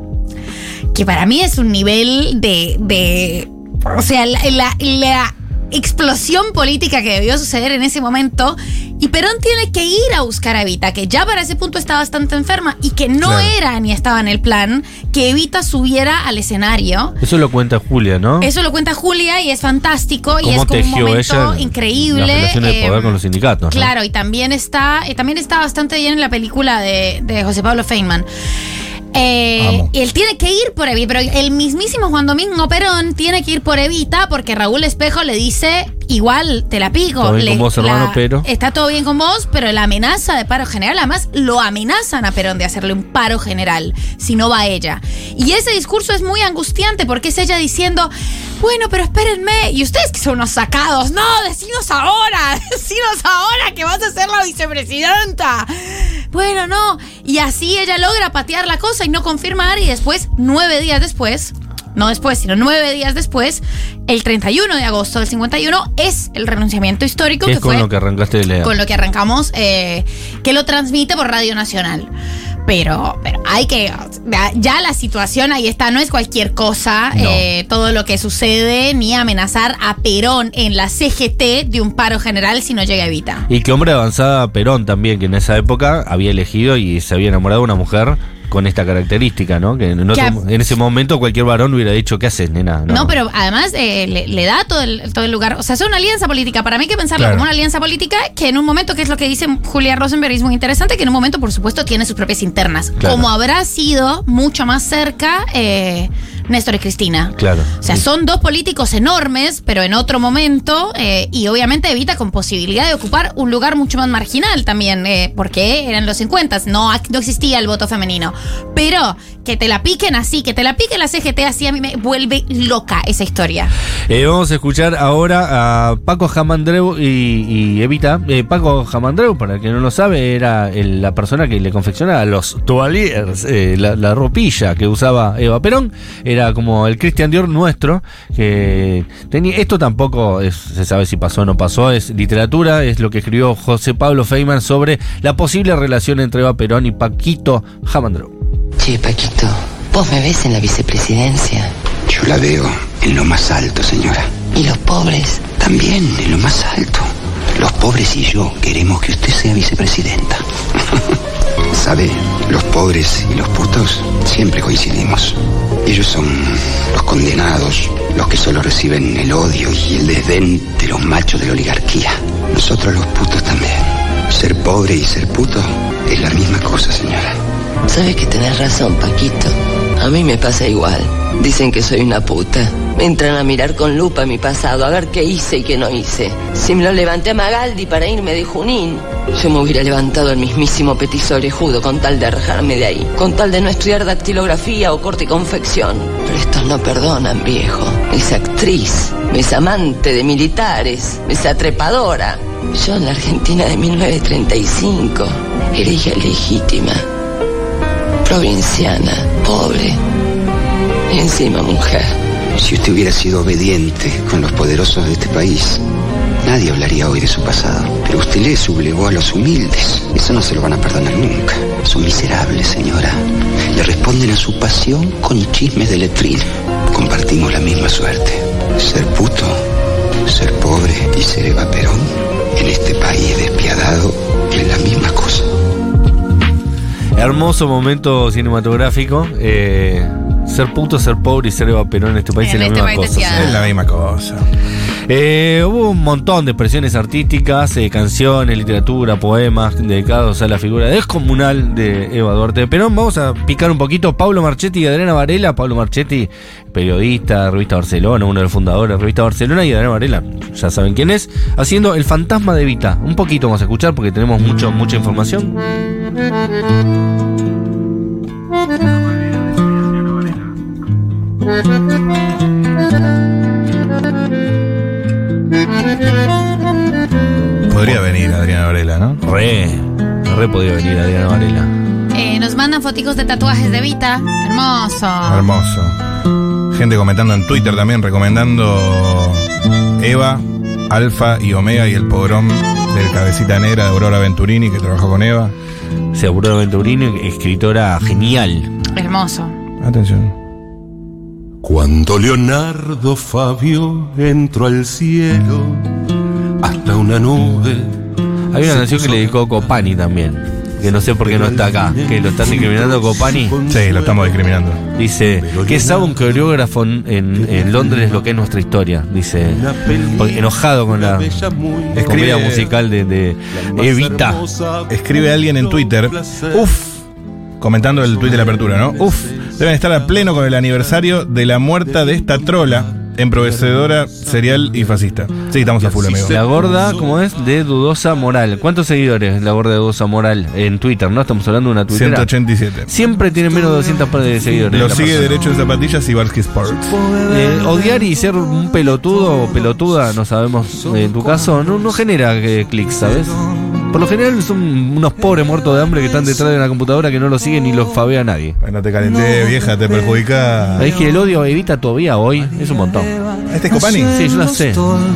Que para mí es un nivel de... de o sea, la, la, la explosión política que debió suceder en ese momento. Y Perón tiene que ir a buscar a Evita, que ya para ese punto está bastante enferma y que no claro. era ni estaba en el plan que Evita subiera al escenario. Eso lo cuenta Julia, ¿no? Eso lo cuenta Julia y es fantástico y es como un momento ella increíble. La relación de poder eh, con los sindicatos, ¿no? Claro, y también está, eh, también está bastante bien en la película de, de José Pablo Feynman. Eh, él tiene que ir por Evita, pero el mismísimo Juan Domingo Perón tiene que ir por Evita porque Raúl Espejo le dice, igual te la pico. Todo bien le, con vos, hermano, la, pero... Está todo bien con vos, pero la amenaza de paro general, además lo amenazan a Perón de hacerle un paro general si no va ella. Y ese discurso es muy angustiante porque es ella diciendo, bueno, pero espérenme, y ustedes que son unos sacados, no, decinos ahora, decinos ahora que vas a ser la vicepresidenta. Bueno, no, y así ella logra patear la cosa y no confirmar, y después, nueve días después, no después, sino nueve días después, el treinta y uno de agosto del cincuenta y uno, es el renunciamiento histórico. Que que es con fue lo que arrancaste de leer. Con lo que arrancamos, eh, que lo transmite por Radio Nacional. Pero, pero hay que, ya la situación ahí está, no es cualquier cosa, no. eh, todo lo que sucede, ni amenazar a Perón en la C G T de un paro general si no llega Evita. Y que hombre de avanzada Perón también, que en esa época había elegido y se había enamorado de una mujer con esta característica, ¿no? Que en, otro, en ese momento cualquier varón hubiera dicho, ¿qué haces, nena? No, no pero además eh, le, le da todo el, todo el lugar. O sea, es una alianza política. Para mí hay que pensarlo claro. como una alianza política que en un momento, que es lo que dice Julia Rosenberg, es muy interesante, que en un momento, por supuesto, tiene sus propias internas. Claro. Como habrá sido mucho más cerca eh, Néstor y Cristina. Claro. O sea, son dos políticos enormes, pero en otro momento, eh, y obviamente Evita con posibilidad de ocupar un lugar mucho más marginal también, eh, porque eran los cincuenta, no, no existía el voto femenino. Pero que te la piquen así, que te la piquen la C G T así, a mí me vuelve loca esa historia. Eh, vamos a escuchar ahora a Paco Jamandreu y, y Evita. Eh, Paco Jamandreu, para el que no lo sabe, era el, la persona que le confeccionaba los toaliers, eh, la, la ropilla que usaba Eva Perón. Era como el Christian Dior nuestro, que tenía, esto tampoco es, se sabe si pasó o no pasó, es literatura, es lo que escribió José Pablo Feynman sobre la posible relación entre Eva Perón y Paquito Jamandreu. Che, Paquito, ¿vos me ves en la vicepresidencia? Yo la veo en lo más alto, señora. ¿Y los pobres? También en lo más alto. Los pobres y yo queremos que usted sea vicepresidenta. ¿Sabe? Los pobres y los putos siempre coincidimos. Ellos son los condenados, los que solo reciben el odio y el desdén de los machos de la oligarquía. Nosotros los putos también. Ser pobre y ser puto es la misma cosa, señora. Sabes que tenés razón, Paquito. A mí me pasa igual. Dicen que soy una puta. Me entran a mirar con lupa mi pasado, a ver qué hice y qué no hice. Si me lo levanté a Magaldi para irme de Junín, yo me hubiera levantado al mismísimo Petiso Orejudo con tal de arrojarme de ahí, con tal de no estudiar dactilografía o corte y confección. Pero estos no perdonan, viejo. Esa actriz, esa amante de militares, esa trepadora. Yo en la Argentina de mil novecientos treinta y cinco era hija legítima, provinciana, pobre y encima mujer. Si usted hubiera sido obediente con los poderosos de este país, nadie hablaría hoy de su pasado. Pero usted le sublevó a los humildes. Eso no se lo van a perdonar nunca. Son miserables, señora. Le responden a su pasión con chismes de letrina. Compartimos la misma suerte. Ser puto, ser pobre y ser Eva Perón, en este país despiadado, es la misma cosa. Hermoso momento cinematográfico. Eh, ser puto, ser pobre y ser Eva Perón en este país En es este la país misma cosa. decía- Es la misma cosa. Eh, hubo un montón de expresiones artísticas, eh, canciones, literatura, poemas dedicados a la figura descomunal de Eva Duarte de Perón. Vamos a picar un poquito. Pablo Marchetti y Adriana Varela. Pablo Marchetti, periodista, Revista Barcelona, uno de los fundadores de Revista Barcelona, y Adriana Varela, ya saben quién es, haciendo El fantasma de Evita. Un poquito vamos a escuchar porque tenemos mucho, mucha información. Podría venir Adriana Varela, ¿no? Re, re podía venir Adriana Varela. Eh, nos mandan foticos de tatuajes de Evita. Hermoso. Hermoso. Gente comentando en Twitter también, recomendando Eva, Alfa y Omega y el pogrom del Cabecita Negra de Aurora Venturini, que trabajó con Eva. Se Aurora Venturini, escritora genial. Hermoso. Atención. Cuando Leonardo Fabio entró al cielo, hasta una nube. Hay una canción que le dedicó Copani también, que no sé por qué no está acá, que lo están discriminando Copani. Sí, lo estamos discriminando. Dice que sabe un coreógrafo en, en, en Londres lo que es nuestra historia. Dice, porque enojado con la comedia musical de, de Evita. Escribe alguien en Twitter, uff, comentando el tuit de la apertura, ¿no? Uff, deben estar a pleno con el aniversario de la muerta de esta trola, empobrecedora, serial y fascista. Sí, estamos a full, amigo. La gorda, ¿cómo es? De dudosa moral. ¿Cuántos seguidores la gorda de dudosa moral en Twitter? ¿No? Estamos hablando de una tuitera. ciento ochenta y siete. Siempre tiene menos de doscientos pares de seguidores. Lo la sigue persona. Derecho de Zapatillas y Barsky Sports. Eh, odiar y ser un pelotudo o pelotuda, no sabemos, eh, en tu caso, no, no genera eh, clics, ¿sabes? Por lo general son unos pobres muertos de hambre que están detrás de una computadora que no lo sigue ni lo fabea nadie. No te calenté, vieja, te perjudica. Es que el odio Evita todavía hoy es un montón. ¿Este es Copani? Sí, yo lo sé.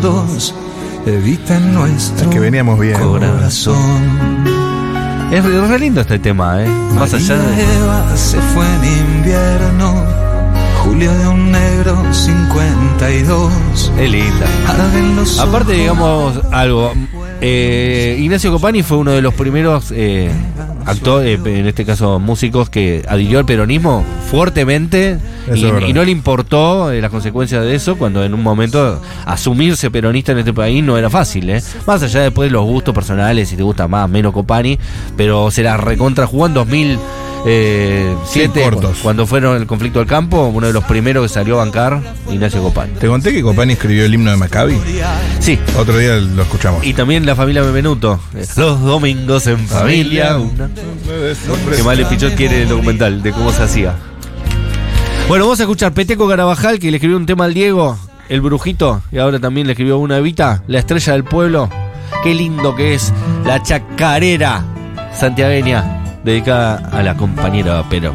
Evitan nuestro Es que veníamos bien. corazón. Es re, re lindo este tema, ¿eh? Más allá de... Eva se fue en invierno, julio de un negro cincuenta y dos. Es linda. Arden los Aparte, digamos algo. Eh, Ignacio Copani fue uno de los primeros eh, actores, en este caso músicos, que adhirió al peronismo fuertemente Eso y, es verdad. y no le importó eh, las consecuencias de eso, cuando en un momento asumirse peronista en este país no era fácil, ¿eh? Más allá después de los gustos personales, si te gusta más menos Copani, pero se la recontra jugó en dos mil siete, cortos. cuando fueron el conflicto del campo, uno de los primeros que salió a bancar, Ignacio Copani. ¿Te conté que Copani escribió el himno de Maccabi? Sí. Otro día lo escuchamos. Y también la familia Benvenuto. Los domingos en familia. Una... Que Male Pichot quiere el documental de cómo se hacía. Bueno, vamos a escuchar Peteco Carabajal, que le escribió un tema al Diego, el brujito, y ahora también le escribió una Evita, la estrella del pueblo. Qué lindo que es la chacarera santiagueña, dedicada a la compañera Perón.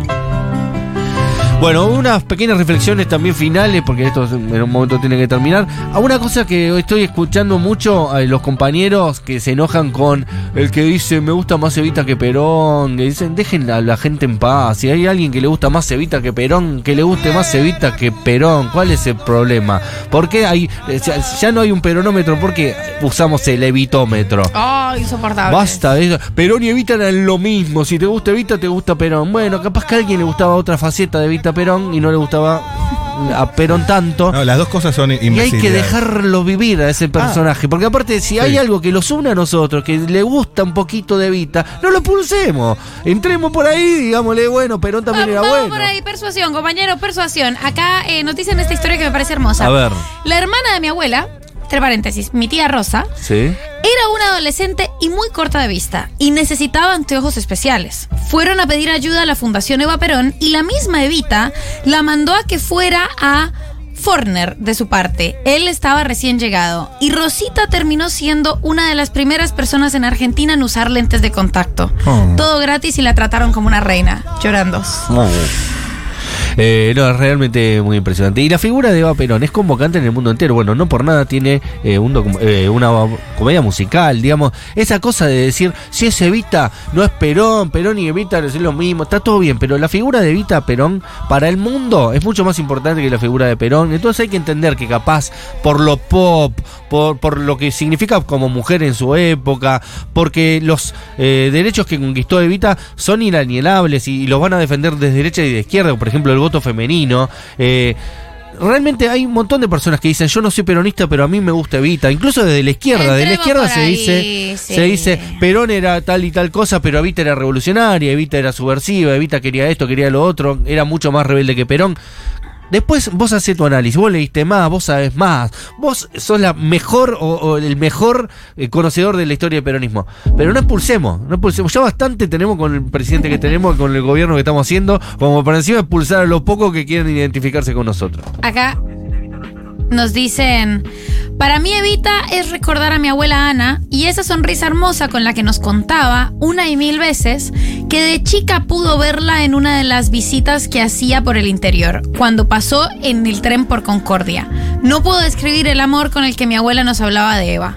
Bueno, unas pequeñas reflexiones también finales, porque esto en un momento tiene que terminar. A una cosa que estoy escuchando mucho a los compañeros que se enojan con el que dice me gusta más Evita que Perón, que dicen dejen a la gente en paz. Si hay alguien que le gusta más Evita que Perón, que le guste más Evita que Perón. ¿Cuál es el problema? ¿Por qué hay, ya, ya no hay un peronómetro? ¿Por qué usamos el evitómetro? Oh, insoportable. Basta de eso. Perón y Evita eran lo mismo. Si te gusta Evita, te gusta Perón. Bueno, capaz que a alguien le gustaba otra faceta de Evita Perón y no le gustaba a Perón tanto. No, las dos cosas son Y hay que imbecilidades. dejarlo vivir a ese personaje. Porque aparte, si hay Sí. algo que los une a nosotros, que le gusta un poquito de Evita, no lo pulsemos. Entremos por ahí, digámosle, bueno, Perón también era Vamos bueno. por ahí, persuasión, compañero, persuasión. Acá eh, nos dicen esta historia que me parece hermosa. A ver. La hermana de mi abuela, entre paréntesis, mi tía Rosa, Sí. era una adolescente y muy corta de vista y necesitaba anteojos especiales. Fueron a pedir ayuda a la Fundación Eva Perón y la misma Evita la mandó a que fuera a Forner de su parte. Él estaba recién llegado y Rosita terminó siendo una de las primeras personas en Argentina en usar lentes de contacto. Oh. Todo gratis y la trataron como una reina, llorando. Eh, no, es realmente muy impresionante. Y la figura de Eva Perón es convocante en el mundo entero. Bueno, no por nada tiene eh, un docu- eh, una comedia musical, digamos. Esa cosa de decir, si es Evita, no es Perón, Perón y Evita es lo mismo, está todo bien, pero la figura de Evita Perón para el mundo es mucho más importante que la figura de Perón. Entonces hay que entender que capaz por lo pop, por, por lo que significa como mujer en su época, porque los eh, derechos que conquistó Evita son inalienables y, y los van a defender desde derecha y de izquierda. Por ejemplo, el voto femenino. Eh, Realmente hay un montón de personas que dicen yo no soy peronista, pero a mí me gusta Evita, incluso desde la izquierda. Entremos de la izquierda se ahí, dice sí. se dice Perón era tal y tal cosa, pero Evita era revolucionaria, Evita era subversiva, Evita quería esto, quería lo otro, era mucho más rebelde que Perón. Después vos hacés tu análisis, vos leíste más, vos sabés más, vos sos la mejor o, o el mejor eh, conocedor de la historia del peronismo. Pero no expulsemos, no expulsemos. Ya bastante tenemos con el presidente que tenemos, con el gobierno que estamos haciendo, como para encima expulsar a los pocos que quieren identificarse con nosotros. Acá nos dicen, para mí Evita es recordar a mi abuela Ana y esa sonrisa hermosa con la que nos contaba una y mil veces que de chica pudo verla en una de las visitas que hacía por el interior, cuando pasó en el tren por Concordia. No puedo describir el amor con el que mi abuela nos hablaba de Eva.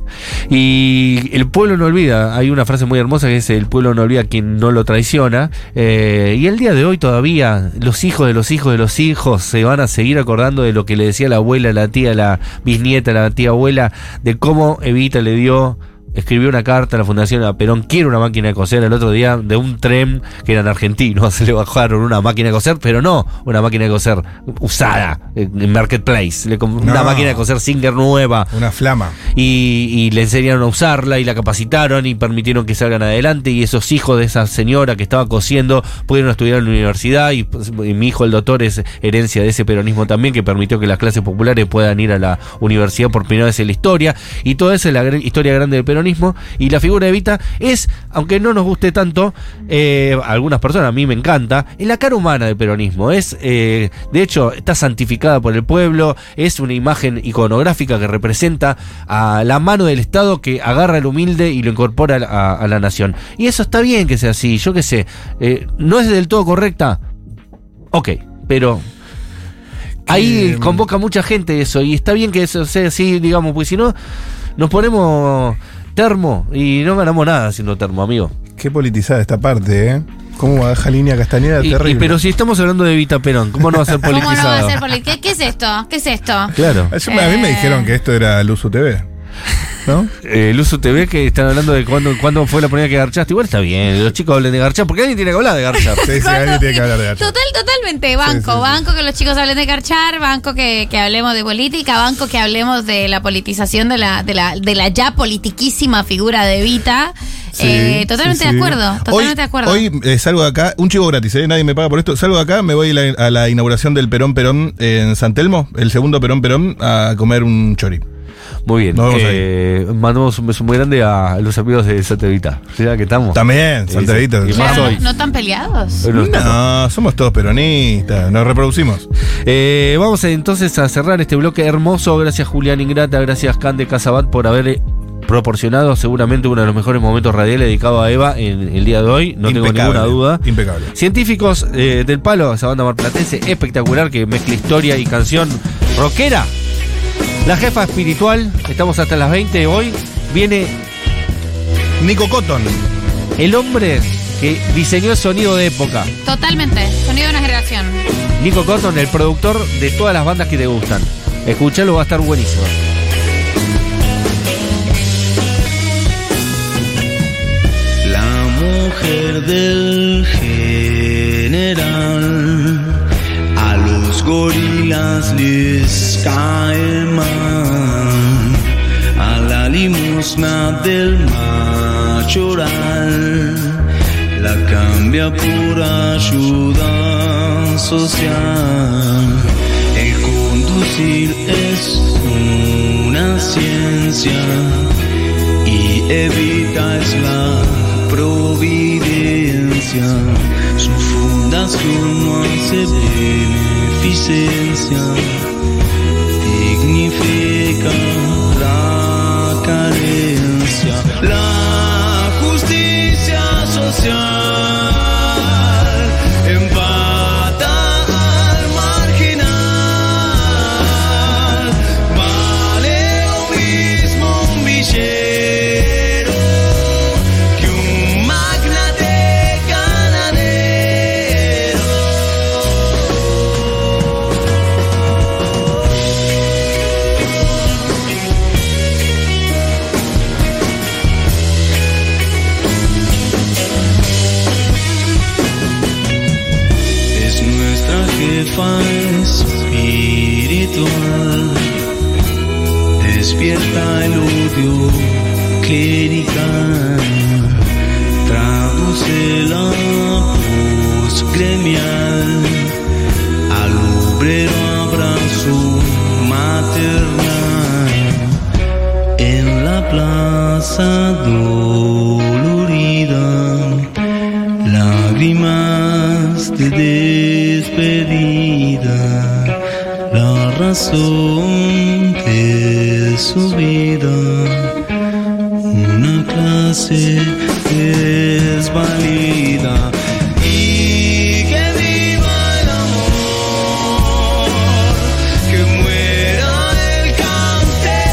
Y el pueblo no olvida, hay una frase muy hermosa que es el pueblo no olvida a quien no lo traiciona, eh, y el día de hoy todavía los hijos de los hijos de los hijos se van a seguir acordando de lo que le decía la abuela, la tía, la bisnieta, la tía abuela, de cómo Evita le dio, escribió una carta a la Fundación a Perón, quiero una máquina de coser, el otro día de un tren que eran argentinos, se le bajaron una máquina de coser, pero no una máquina de coser usada en Marketplace, le compró no. una máquina de coser Singer nueva. Una flama. Y, y le enseñaron a usarla y la capacitaron y permitieron que salgan adelante y esos hijos de esa señora que estaba cosiendo pudieron estudiar en la universidad y, y mi hijo el doctor es herencia de ese peronismo también que permitió que las clases populares puedan ir a la universidad por primera vez en la historia y toda esa es la gran, historia grande del peronismo. Y la figura de Evita es, aunque no nos guste tanto, eh, a algunas personas, a mí me encanta, es la cara humana del peronismo. Es, eh, de hecho, está santificada por el pueblo, es una imagen iconográfica que representa a la mano del Estado que agarra al humilde y lo incorpora a, a la nación. Y eso está bien que sea así, yo qué sé, eh, no es del todo correcta, ok, pero... ahí eh, convoca mucha gente eso, y está bien que eso sea así, digamos, porque si no, nos ponemos... termo y no ganamos nada haciendo termo, amigo. Qué politizada esta parte, ¿eh? ¿Cómo baja línea Castañeda? Y, terrible. Y, pero si estamos hablando de Evita Perón, ¿cómo no va a ser politizado? ¿Cómo no va a ser politizado? ¿Qué, ¿Qué es esto? ¿Qué es esto? Claro. Yo, eh... A mí me dijeron que esto era Luzu T V. ¿No? Eh, Luzu T V que están hablando de cuándo, cuándo fue la primera vez que garchaste. Igual está bien, los chicos hablen de garchar, porque alguien tiene que hablar de garchar. Sí, sí, alguien tiene que hablar de garchar. Total, totalmente, banco, sí, sí, banco sí. Que los chicos hablen de garchar, banco que, que hablemos de política, banco que hablemos de la politización de la, de la, de la ya politiquísima figura de Evita. Sí, eh, totalmente sí, sí. de acuerdo, totalmente hoy, de acuerdo. Hoy eh, salgo de acá, un chivo gratis, eh, nadie me paga por esto. Salgo de acá, me voy a la, a la inauguración del Perón Perón en San Telmo, el segundo Perón Perón, a comer un chori. Muy bien, eh, mandamos un beso muy grande a los amigos de Santa Evita. ¿Será que estamos? También, Santa Evita. Y más hoy. ¿No tan peleados? No, no, somos todos peronistas, nos reproducimos. Eh, vamos entonces a cerrar este bloque hermoso. Gracias Julián Ingrata, gracias Cande Casabat por haber proporcionado seguramente uno de los mejores momentos radiales dedicado a Eva en el día de hoy, no impecable, tengo ninguna duda. Impecable. Científicos eh, del Palo, esa banda marplatense espectacular que mezcla historia y canción rockera. La jefa espiritual, estamos hasta las veinte hoy, viene Nico Cotton, el hombre que diseñó el sonido de época. Totalmente, sonido de una generación. Nico Cotton, el productor de todas las bandas que te gustan. Escuchalo, va a estar buenísimo. La mujer del general, a los gorilas les cae mal, a la limosna del machoral la cambia por ayuda social. El conducir es una ciencia y Evita es la providencia. Su fundación no hace beneficencia, dignifica la carencia, la justicia social empata al marginal. Vale lo mismo un villero que un magnate ganadero. espiritual. Despierta el odio clerical, traduce la voz gremial al obrero abrazo maternal en la plaza dolorida, lágrimas de despedida, la razón de su vida, una clase desvalida. Y que viva el amor, que muera el cáncer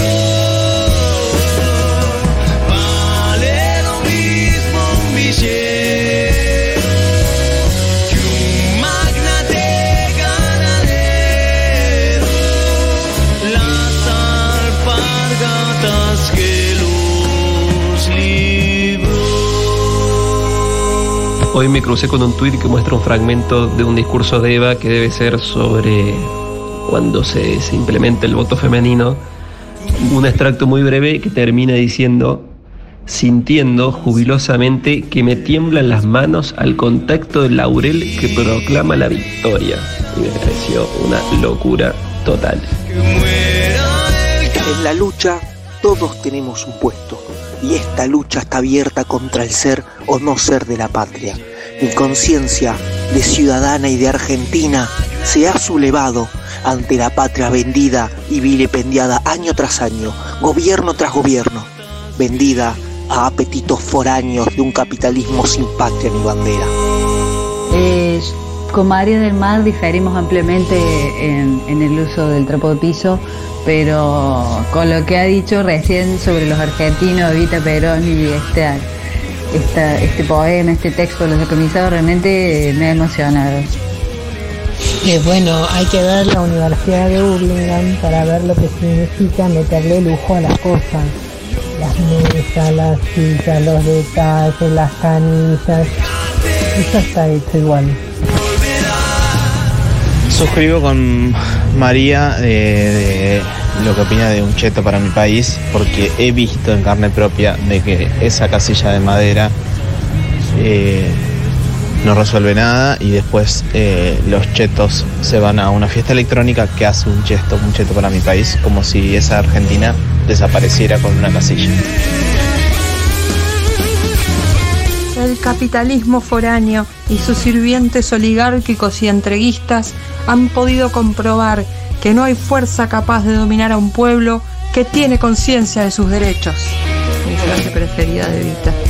traidor. Vale lo mismo un billete que un magnate ganadero. Las alpargatas que los libró. Hoy me crucé con un tuit que muestra un fragmento de un discurso de Eva que debe ser sobre cuando se, se implementa el voto femenino. Un extracto muy breve que termina diciendo: sintiendo jubilosamente que me tiemblan las manos al contacto del laurel que proclama la victoria. Y me pareció una locura total. En la lucha todos tenemos un puesto, y esta lucha está abierta contra el ser o no ser de la patria. Mi conciencia de ciudadana y de argentina se ha sublevado ante la patria vendida y vilipendiada año tras año, gobierno tras gobierno, vendida a apetitos foráneos de un capitalismo sin patria ni bandera. Eh, con María del Mar diferimos ampliamente en, en el uso del trapo de piso, pero con lo que ha dicho recién sobre los argentinos, Evita Perón y este, esta, este poema, este texto de los decomisados, realmente me ha emocionado. Eh, bueno, hay que ver la Universidad de Burlingame para ver lo que significa meterle lujo a las cosas. Las mesas, las sillas, los detalles, las canillas, eso está hecho igual. Suscribo con María de, de lo que opina de un cheto para mi país, porque he visto en carne propia de que esa casilla de madera eh, no resuelve nada, y después eh, los chetos se van a una fiesta electrónica que hace un cheto, un cheto para mi país, como si esa Argentina desapareciera con una casilla. El capitalismo foráneo y sus sirvientes oligárquicos y entreguistas han podido comprobar que no hay fuerza capaz de dominar a un pueblo que tiene conciencia de sus derechos. Mi frase preferida de Evita.